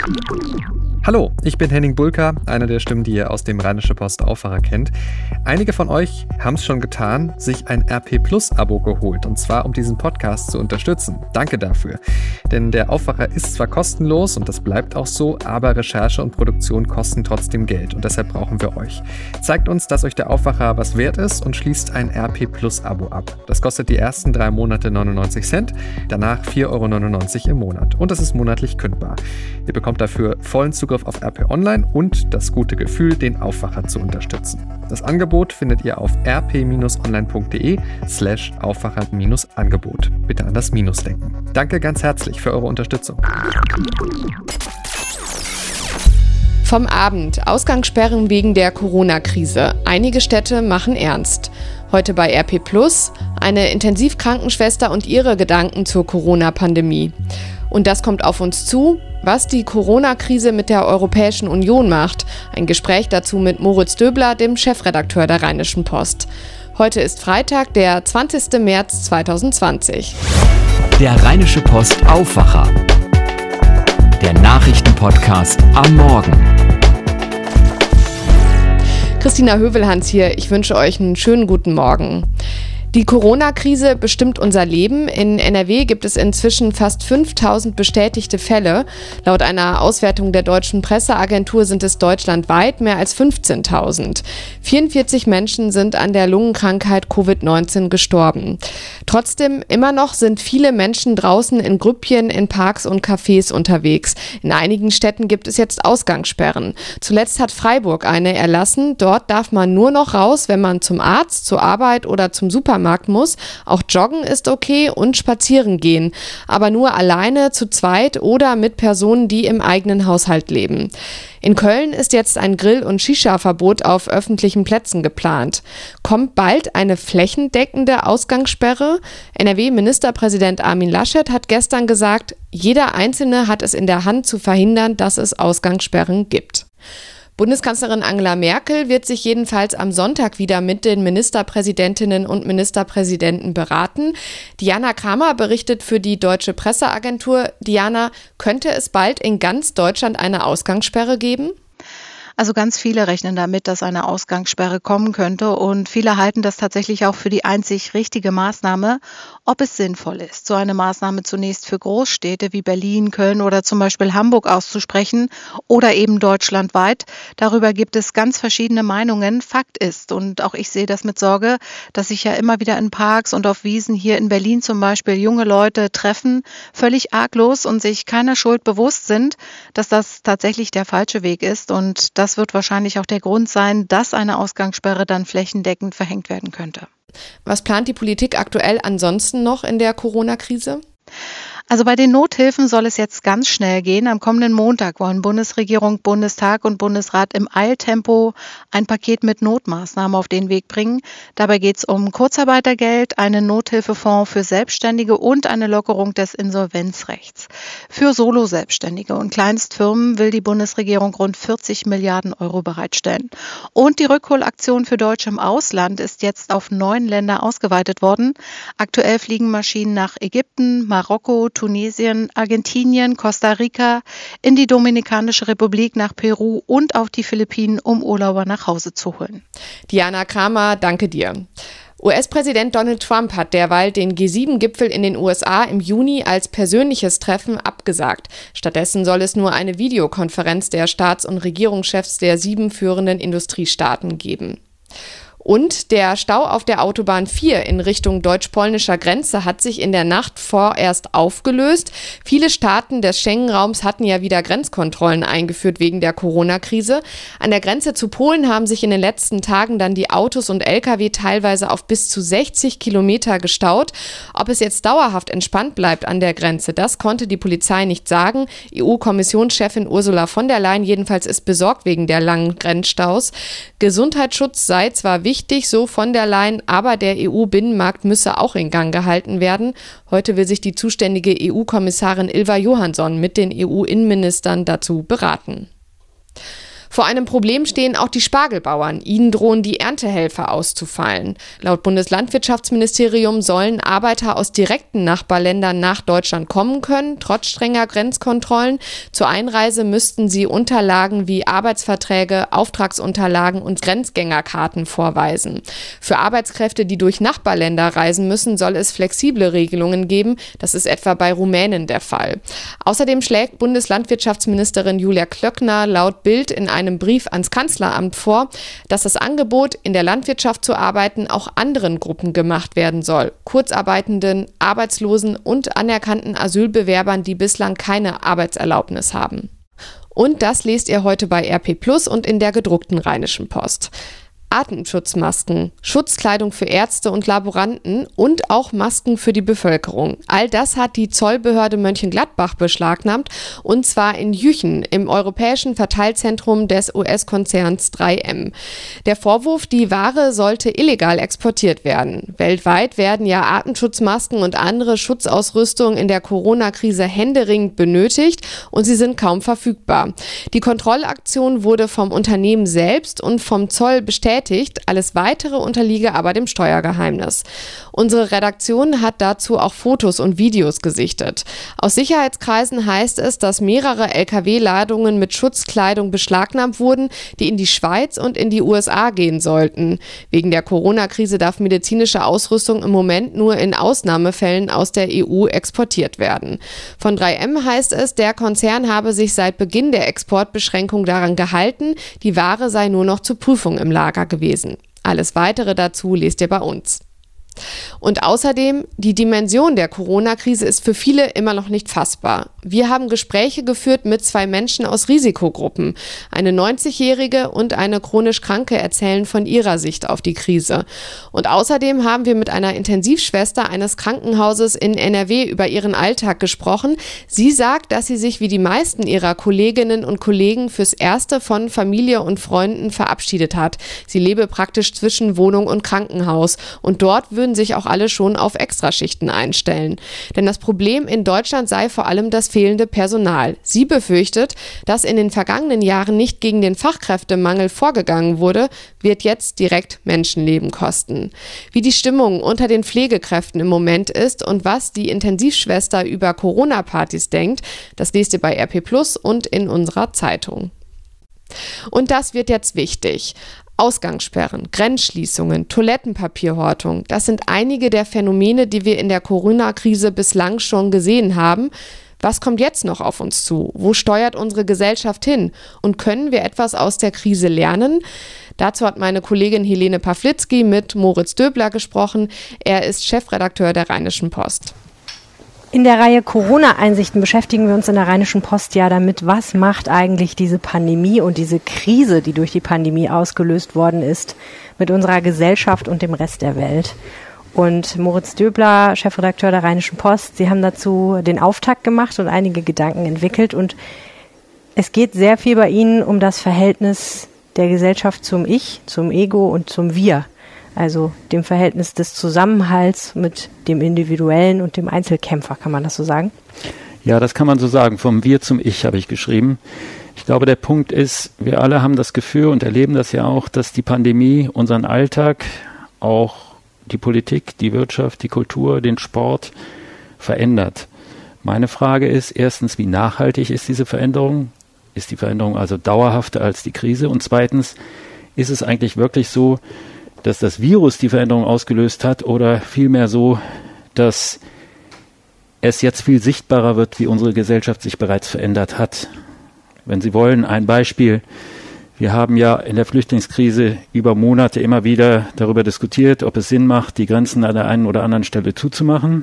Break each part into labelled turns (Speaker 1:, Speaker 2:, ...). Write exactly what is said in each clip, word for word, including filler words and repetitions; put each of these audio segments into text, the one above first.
Speaker 1: Hallo, ich bin Henning Bulka, einer der Stimmen, die ihr aus dem Rheinische Post Aufwacher kennt. Einige von euch haben es schon getan, sich ein R P Plus Abo geholt, und zwar um diesen Podcast zu unterstützen. Danke dafür. Denn der Aufwacher ist zwar kostenlos und das bleibt auch so, aber Recherche und Produktion kosten trotzdem Geld und deshalb brauchen wir euch. Zeigt uns, dass euch der Aufwacher was wert ist und schließt ein R P Plus Abo ab. Das kostet die ersten drei Monate neunundneunzig Cent, danach vier Euro neunundneunzig im Monat und das ist monatlich kündbar. Ihr bekommt dafür vollen Zugriff auf R P Online und das gute Gefühl, den Aufwacher zu unterstützen. Das Angebot findet ihr auf rp-online.de slash Aufwacher-Angebot. Bitte an das Minus denken. Danke ganz herzlich für eure Unterstützung.
Speaker 2: Vom Abend. Ausgangssperren wegen der Corona-Krise. Einige Städte machen ernst. Heute bei R P Plus eine Intensivkrankenschwester und ihre Gedanken zur Corona-Pandemie. Und das kommt auf uns zu, was die Corona-Krise mit der Europäischen Union macht. Ein Gespräch dazu mit Moritz Döbler, dem Chefredakteur der Rheinischen Post. Heute ist Freitag, der zwanzigster März zweitausendzwanzig.
Speaker 3: Der Rheinische Post Aufwacher. Der Nachrichtenpodcast am Morgen.
Speaker 2: Christina Hövelhans hier. Ich wünsche euch einen schönen guten Morgen. Die Corona-Krise bestimmt unser Leben. In N R W gibt es inzwischen fast fünftausend bestätigte Fälle. Laut einer Auswertung der Deutschen Presseagentur sind es deutschlandweit mehr als fünfzehntausend. vierundvierzig Menschen sind an der Lungenkrankheit Covid neunzehn gestorben. Trotzdem, immer noch sind viele Menschen draußen in Grüppchen, in Parks und Cafés unterwegs. In einigen Städten gibt es jetzt Ausgangssperren. Zuletzt hat Freiburg eine erlassen. Dort darf man nur noch raus, wenn man zum Arzt, zur Arbeit oder zum Supermarkt muss. Auch joggen ist okay und spazieren gehen. Aber nur alleine, zu zweit oder mit Personen, die im eigenen Haushalt leben. In Köln ist jetzt ein Grill- und Shisha-Verbot auf öffentlichen Plätzen geplant. Kommt bald eine flächendeckende Ausgangssperre? N R W-Ministerpräsident Armin Laschet hat gestern gesagt, jeder Einzelne hat es in der Hand zu verhindern, dass es Ausgangssperren gibt. Bundeskanzlerin Angela Merkel wird sich jedenfalls am Sonntag wieder mit den Ministerpräsidentinnen und Ministerpräsidenten beraten. Diana Kramer berichtet für die Deutsche Presseagentur. Diana, könnte es bald in ganz Deutschland eine Ausgangssperre geben?
Speaker 4: Also ganz viele rechnen damit, dass eine Ausgangssperre kommen könnte und viele halten das tatsächlich auch für die einzig richtige Maßnahme. Ob es sinnvoll ist, so eine Maßnahme zunächst für Großstädte wie Berlin, Köln oder zum Beispiel Hamburg auszusprechen oder eben deutschlandweit, darüber gibt es ganz verschiedene Meinungen. Fakt ist, und auch ich sehe das mit Sorge, dass sich ja immer wieder in Parks und auf Wiesen hier in Berlin zum Beispiel junge Leute treffen, völlig arglos und sich keiner Schuld bewusst sind, dass das tatsächlich der falsche Weg ist und das Das wird wahrscheinlich auch der Grund sein, dass eine Ausgangssperre dann flächendeckend verhängt werden könnte.
Speaker 2: Was plant die Politik aktuell ansonsten noch in der Corona-Krise?
Speaker 4: Also bei den Nothilfen soll es jetzt ganz schnell gehen. Am kommenden Montag wollen Bundesregierung, Bundestag und Bundesrat im Eiltempo ein Paket mit Notmaßnahmen auf den Weg bringen. Dabei geht es um Kurzarbeitergeld, einen Nothilfefonds für Selbstständige und eine Lockerung des Insolvenzrechts. Für Solo-Selbstständige und Kleinstfirmen will die Bundesregierung rund vierzig Milliarden Euro bereitstellen. Und die Rückholaktion für Deutsche im Ausland ist jetzt auf neun Länder ausgeweitet worden. Aktuell fliegen Maschinen nach Ägypten, Marokko, Tunesien, Argentinien, Costa Rica, in die Dominikanische Republik, nach Peru und auf die Philippinen, um Urlauber nach Hause zu holen.
Speaker 2: Diana Kramer, danke dir. U S-Präsident Donald Trump hat derweil den G sieben Gipfel in den U S A im Juni als persönliches Treffen abgesagt. Stattdessen soll es nur eine Videokonferenz der Staats- und Regierungschefs der sieben führenden Industriestaaten geben. Und der Stau auf der Autobahn vier in Richtung deutsch-polnischer Grenze hat sich in der Nacht vorerst aufgelöst. Viele Staaten des Schengen-Raums hatten ja wieder Grenzkontrollen eingeführt wegen der Corona-Krise. An der Grenze zu Polen haben sich in den letzten Tagen dann die Autos und L K W teilweise auf bis zu sechzig Kilometer gestaut. Ob es jetzt dauerhaft entspannt bleibt an der Grenze, das konnte die Polizei nicht sagen. E U-Kommissionschefin Ursula von der Leyen jedenfalls ist besorgt wegen der langen Grenzstaus. Gesundheitsschutz sei zwar wichtig, Wichtig, so von der Leyen, aber der E U-Binnenmarkt müsse auch in Gang gehalten werden. Heute will sich die zuständige E U-Kommissarin Ylva Johansson mit den E U-Innenministern dazu beraten. Vor einem Problem stehen auch die Spargelbauern. Ihnen drohen die Erntehelfer auszufallen. Laut Bundeslandwirtschaftsministerium sollen Arbeiter aus direkten Nachbarländern nach Deutschland kommen können, trotz strenger Grenzkontrollen. Zur Einreise müssten sie Unterlagen wie Arbeitsverträge, Auftragsunterlagen und Grenzgängerkarten vorweisen. Für Arbeitskräfte, die durch Nachbarländer reisen müssen, soll es flexible Regelungen geben. Das ist etwa bei Rumänen der Fall. Außerdem schlägt Bundeslandwirtschaftsministerin Julia Klöckner laut Bild in einem Brief ans Kanzleramt vor, dass das Angebot, in der Landwirtschaft zu arbeiten, auch anderen Gruppen gemacht werden soll. Kurzarbeitenden, Arbeitslosen und anerkannten Asylbewerbern, die bislang keine Arbeitserlaubnis haben. Und das lest ihr heute bei R P Plus und in der gedruckten Rheinischen Post. Atemschutzmasken, Schutzkleidung für Ärzte und Laboranten und auch Masken für die Bevölkerung. All das hat die Zollbehörde Mönchengladbach beschlagnahmt, und zwar in Jüchen im europäischen Verteilzentrum des U S-Konzerns drei M. Der Vorwurf, die Ware sollte illegal exportiert werden. Weltweit werden ja Atemschutzmasken und andere Schutzausrüstung in der Corona-Krise händeringend benötigt und sie sind kaum verfügbar. Die Kontrollaktion wurde vom Unternehmen selbst und vom Zoll bestätigt. Alles Weitere unterliege aber dem Steuergeheimnis. Unsere Redaktion hat dazu auch Fotos und Videos gesichtet. Aus Sicherheitskreisen heißt es, dass mehrere L K W-Ladungen mit Schutzkleidung beschlagnahmt wurden, die in die Schweiz und in die U S A gehen sollten. Wegen der Corona-Krise darf medizinische Ausrüstung im Moment nur in Ausnahmefällen aus der E U exportiert werden. Von drei M heißt es, der Konzern habe sich seit Beginn der Exportbeschränkung daran gehalten, die Ware sei nur noch zur Prüfung im Lager gewesen. Alles Weitere dazu lest ihr bei uns. Und außerdem, die Dimension der Corona-Krise ist für viele immer noch nicht fassbar. Wir haben Gespräche geführt mit zwei Menschen aus Risikogruppen. Eine neunzigjährige und eine chronisch Kranke erzählen von ihrer Sicht auf die Krise. Und außerdem haben wir mit einer Intensivschwester eines Krankenhauses in N R W über ihren Alltag gesprochen. Sie sagt, dass sie sich wie die meisten ihrer Kolleginnen und Kollegen fürs Erste von Familie und Freunden verabschiedet hat. Sie lebe praktisch zwischen Wohnung und Krankenhaus und dort würden sich auch alle schon auf Extraschichten einstellen. Denn das Problem in Deutschland sei vor allem das fehlende Personal. Sie befürchtet, dass in den vergangenen Jahren nicht gegen den Fachkräftemangel vorgegangen wurde, wird jetzt direkt Menschenleben kosten. Wie die Stimmung unter den Pflegekräften im Moment ist und was die Intensivschwester über Corona-Partys denkt, das lest ihr bei R P Plus und in unserer Zeitung. Und das wird jetzt wichtig. Ausgangssperren, Grenzschließungen, Toilettenpapierhortung, das sind einige der Phänomene, die wir in der Corona-Krise bislang schon gesehen haben. Was kommt jetzt noch auf uns zu? Wo steuert unsere Gesellschaft hin? Und können wir etwas aus der Krise lernen? Dazu hat meine Kollegin Helene Pawlitzki mit Moritz Döbler gesprochen. Er ist Chefredakteur der Rheinischen Post.
Speaker 5: In der Reihe Corona-Einsichten beschäftigen wir uns in der Rheinischen Post ja damit, was macht eigentlich diese Pandemie und diese Krise, die durch die Pandemie ausgelöst worden ist, mit unserer Gesellschaft und dem Rest der Welt. Und Moritz Döbler, Chefredakteur der Rheinischen Post, Sie haben dazu den Auftakt gemacht und einige Gedanken entwickelt. Und es geht sehr viel bei Ihnen um das Verhältnis der Gesellschaft zum Ich, zum Ego und zum Wir. Also dem Verhältnis des Zusammenhalts mit dem Individuellen und dem Einzelkämpfer, kann man das so sagen?
Speaker 6: Ja, das kann man so sagen. Vom Wir zum Ich habe ich geschrieben. Ich glaube, der Punkt ist, wir alle haben das Gefühl und erleben das ja auch, dass die Pandemie unseren Alltag, auch die Politik, die Wirtschaft, die Kultur, den Sport verändert. Meine Frage ist erstens, wie nachhaltig ist diese Veränderung? Ist die Veränderung also dauerhafter als die Krise? Und zweitens, ist es eigentlich wirklich so, dass das Virus die Veränderung ausgelöst hat oder vielmehr so, dass es jetzt viel sichtbarer wird, wie unsere Gesellschaft sich bereits verändert hat. Wenn Sie wollen, ein Beispiel. Wir haben ja in der Flüchtlingskrise über Monate immer wieder darüber diskutiert, ob es Sinn macht, die Grenzen an der einen oder anderen Stelle zuzumachen.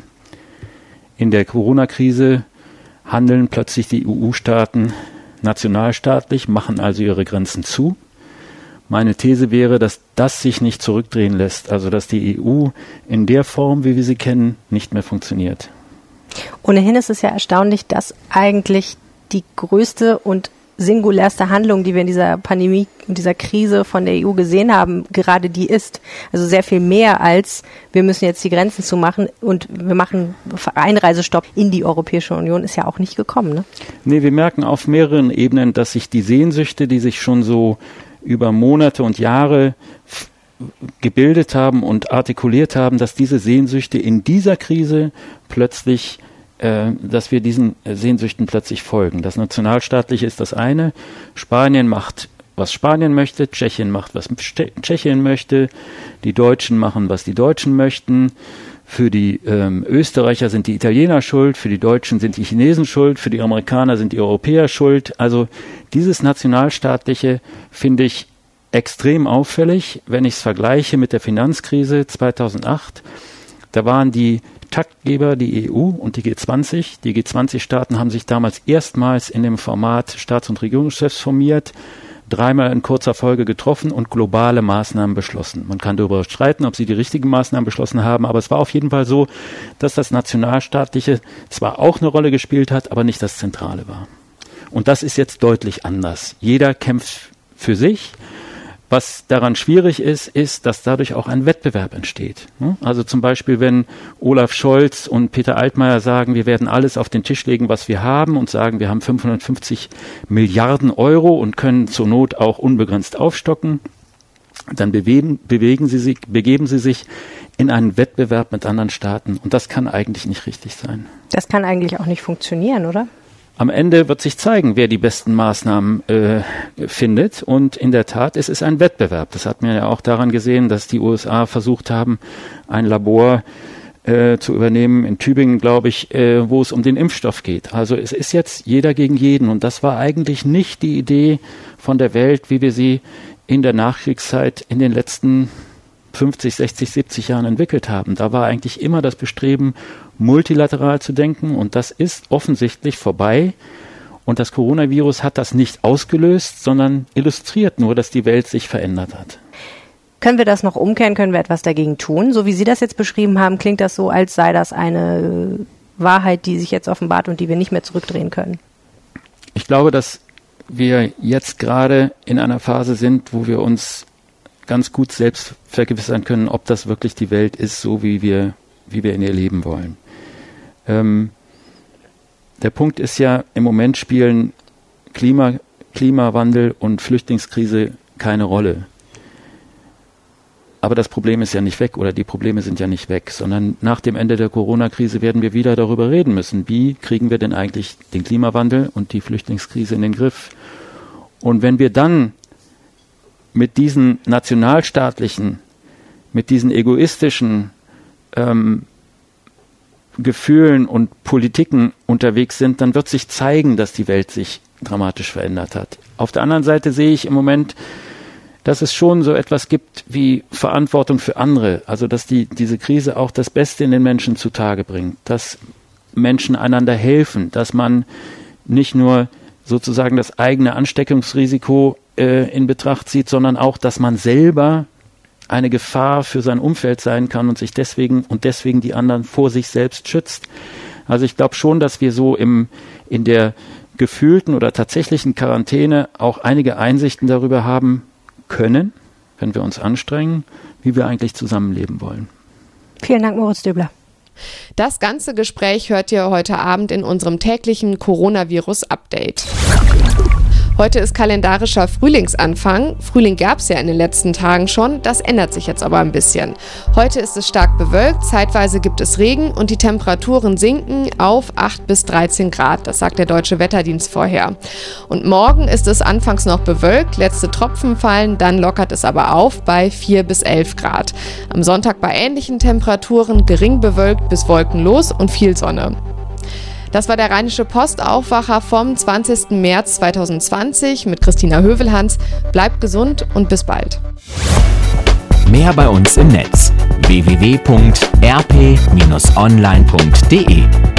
Speaker 6: In der Corona-Krise handeln plötzlich die E U-Staaten nationalstaatlich, machen also ihre Grenzen zu. Meine These wäre, dass das sich nicht zurückdrehen lässt, also dass die E U in der Form, wie wir sie kennen, nicht mehr funktioniert.
Speaker 5: Ohnehin ist es ja erstaunlich, dass eigentlich die größte und singulärste Handlung, die wir in dieser Pandemie und dieser Krise von der E U gesehen haben, gerade die ist. Also sehr viel mehr als, wir müssen jetzt die Grenzen zumachen und wir machen Einreisestopp in die Europäische Union, ist ja auch nicht gekommen. Ne?
Speaker 6: Nee, wir merken auf mehreren Ebenen, dass sich die Sehnsüchte, die sich schon so über Monate und Jahre f- gebildet haben und artikuliert haben, dass diese Sehnsüchte in dieser Krise plötzlich dass wir diesen Sehnsüchten plötzlich folgen. Das Nationalstaatliche ist das eine. Spanien macht, was Spanien möchte. Tschechien macht, was Tschechien möchte. Die Deutschen machen, was die Deutschen möchten. Für die ähm, Österreicher sind die Italiener schuld. Für die Deutschen sind die Chinesen schuld. Für die Amerikaner sind die Europäer schuld. Also dieses Nationalstaatliche finde ich extrem auffällig, wenn ich es vergleiche mit der Finanzkrise zweitausendacht. Da waren die Taktgeber, die E U und die G zwanzig. Die G zwanzig-Staaten haben sich damals erstmals in dem Format Staats- und Regierungschefs formiert, dreimal in kurzer Folge getroffen und globale Maßnahmen beschlossen. Man kann darüber streiten, ob sie die richtigen Maßnahmen beschlossen haben, aber es war auf jeden Fall so, dass das Nationalstaatliche zwar auch eine Rolle gespielt hat, aber nicht das Zentrale war. Und das ist jetzt deutlich anders. Jeder kämpft für sich. Was daran schwierig ist, ist, dass dadurch auch ein Wettbewerb entsteht. Also zum Beispiel, wenn Olaf Scholz und Peter Altmaier sagen, wir werden alles auf den Tisch legen, was wir haben und sagen, wir haben fünfhundertfünfzig Milliarden Euro und können zur Not auch unbegrenzt aufstocken, dann bewegen, bewegen sie sich, begeben sie sich in einen Wettbewerb mit anderen Staaten. Und das kann eigentlich nicht richtig sein.
Speaker 5: Das kann eigentlich auch nicht funktionieren, oder?
Speaker 6: Am Ende wird sich zeigen, wer die besten Maßnahmen äh, findet. Und in der Tat, es ist ein Wettbewerb. Das hat man ja auch daran gesehen, dass die U S A versucht haben, ein Labor äh, zu übernehmen, in Tübingen, glaube ich, äh, wo es um den Impfstoff geht. Also es ist jetzt jeder gegen jeden. Und das war eigentlich nicht die Idee von der Welt, wie wir sie in der Nachkriegszeit in den letzten fünfzig, sechzig, siebzig Jahren entwickelt haben. Da war eigentlich immer das Bestreben, multilateral zu denken, und das ist offensichtlich vorbei. Und das Coronavirus hat das nicht ausgelöst, sondern illustriert nur, dass die Welt sich verändert hat.
Speaker 5: Können wir das noch umkehren? Können wir etwas dagegen tun? So wie Sie das jetzt beschrieben haben, klingt das so, als sei das eine Wahrheit, die sich jetzt offenbart und die wir nicht mehr zurückdrehen können.
Speaker 6: Ich glaube, dass wir jetzt gerade in einer Phase sind, wo wir uns ganz gut selbst vergewissern können, ob das wirklich die Welt ist, so wie wir, wie wir in ihr leben wollen. Ähm, der Punkt ist ja, im Moment spielen Klima, Klimawandel und Flüchtlingskrise keine Rolle. Aber das Problem ist ja nicht weg, oder die Probleme sind ja nicht weg, sondern nach dem Ende der Corona-Krise werden wir wieder darüber reden müssen, wie kriegen wir denn eigentlich den Klimawandel und die Flüchtlingskrise in den Griff. Und wenn wir dann mit diesen nationalstaatlichen, mit diesen egoistischen ähm, Gefühlen und Politiken unterwegs sind, dann wird sich zeigen, dass die Welt sich dramatisch verändert hat. Auf der anderen Seite sehe ich im Moment, dass es schon so etwas gibt wie Verantwortung für andere, also dass die, diese Krise auch das Beste in den Menschen zutage bringt, dass Menschen einander helfen, dass man nicht nur sozusagen das eigene Ansteckungsrisiko äh, in Betracht zieht, sondern auch, dass man selber eine Gefahr für sein Umfeld sein kann und sich deswegen und deswegen die anderen vor sich selbst schützt. Also ich glaube schon, dass wir so im in der gefühlten oder tatsächlichen Quarantäne auch einige Einsichten darüber haben können, wenn wir uns anstrengen, wie wir eigentlich zusammenleben wollen.
Speaker 5: Vielen Dank, Moritz Döbler.
Speaker 2: Das ganze Gespräch hört ihr heute Abend in unserem täglichen Coronavirus-Update. Heute ist kalendarischer Frühlingsanfang. Frühling gab es ja in den letzten Tagen schon, das ändert sich jetzt aber ein bisschen. Heute ist es stark bewölkt, zeitweise gibt es Regen und die Temperaturen sinken auf acht bis dreizehn Grad, das sagt der Deutsche Wetterdienst vorher. Und morgen ist es anfangs noch bewölkt, letzte Tropfen fallen, dann lockert es aber auf bei vier bis elf Grad. Am Sonntag bei ähnlichen Temperaturen gering bewölkt bis wolkenlos und viel Sonne. Das war der Rheinische Post Aufwacher vom zwanzigsten März zweitausendzwanzig mit Christina Hövelhans. Bleibt gesund und bis bald.
Speaker 3: Mehr bei uns im Netz w w w punkt r p Bindestrich online punkt d e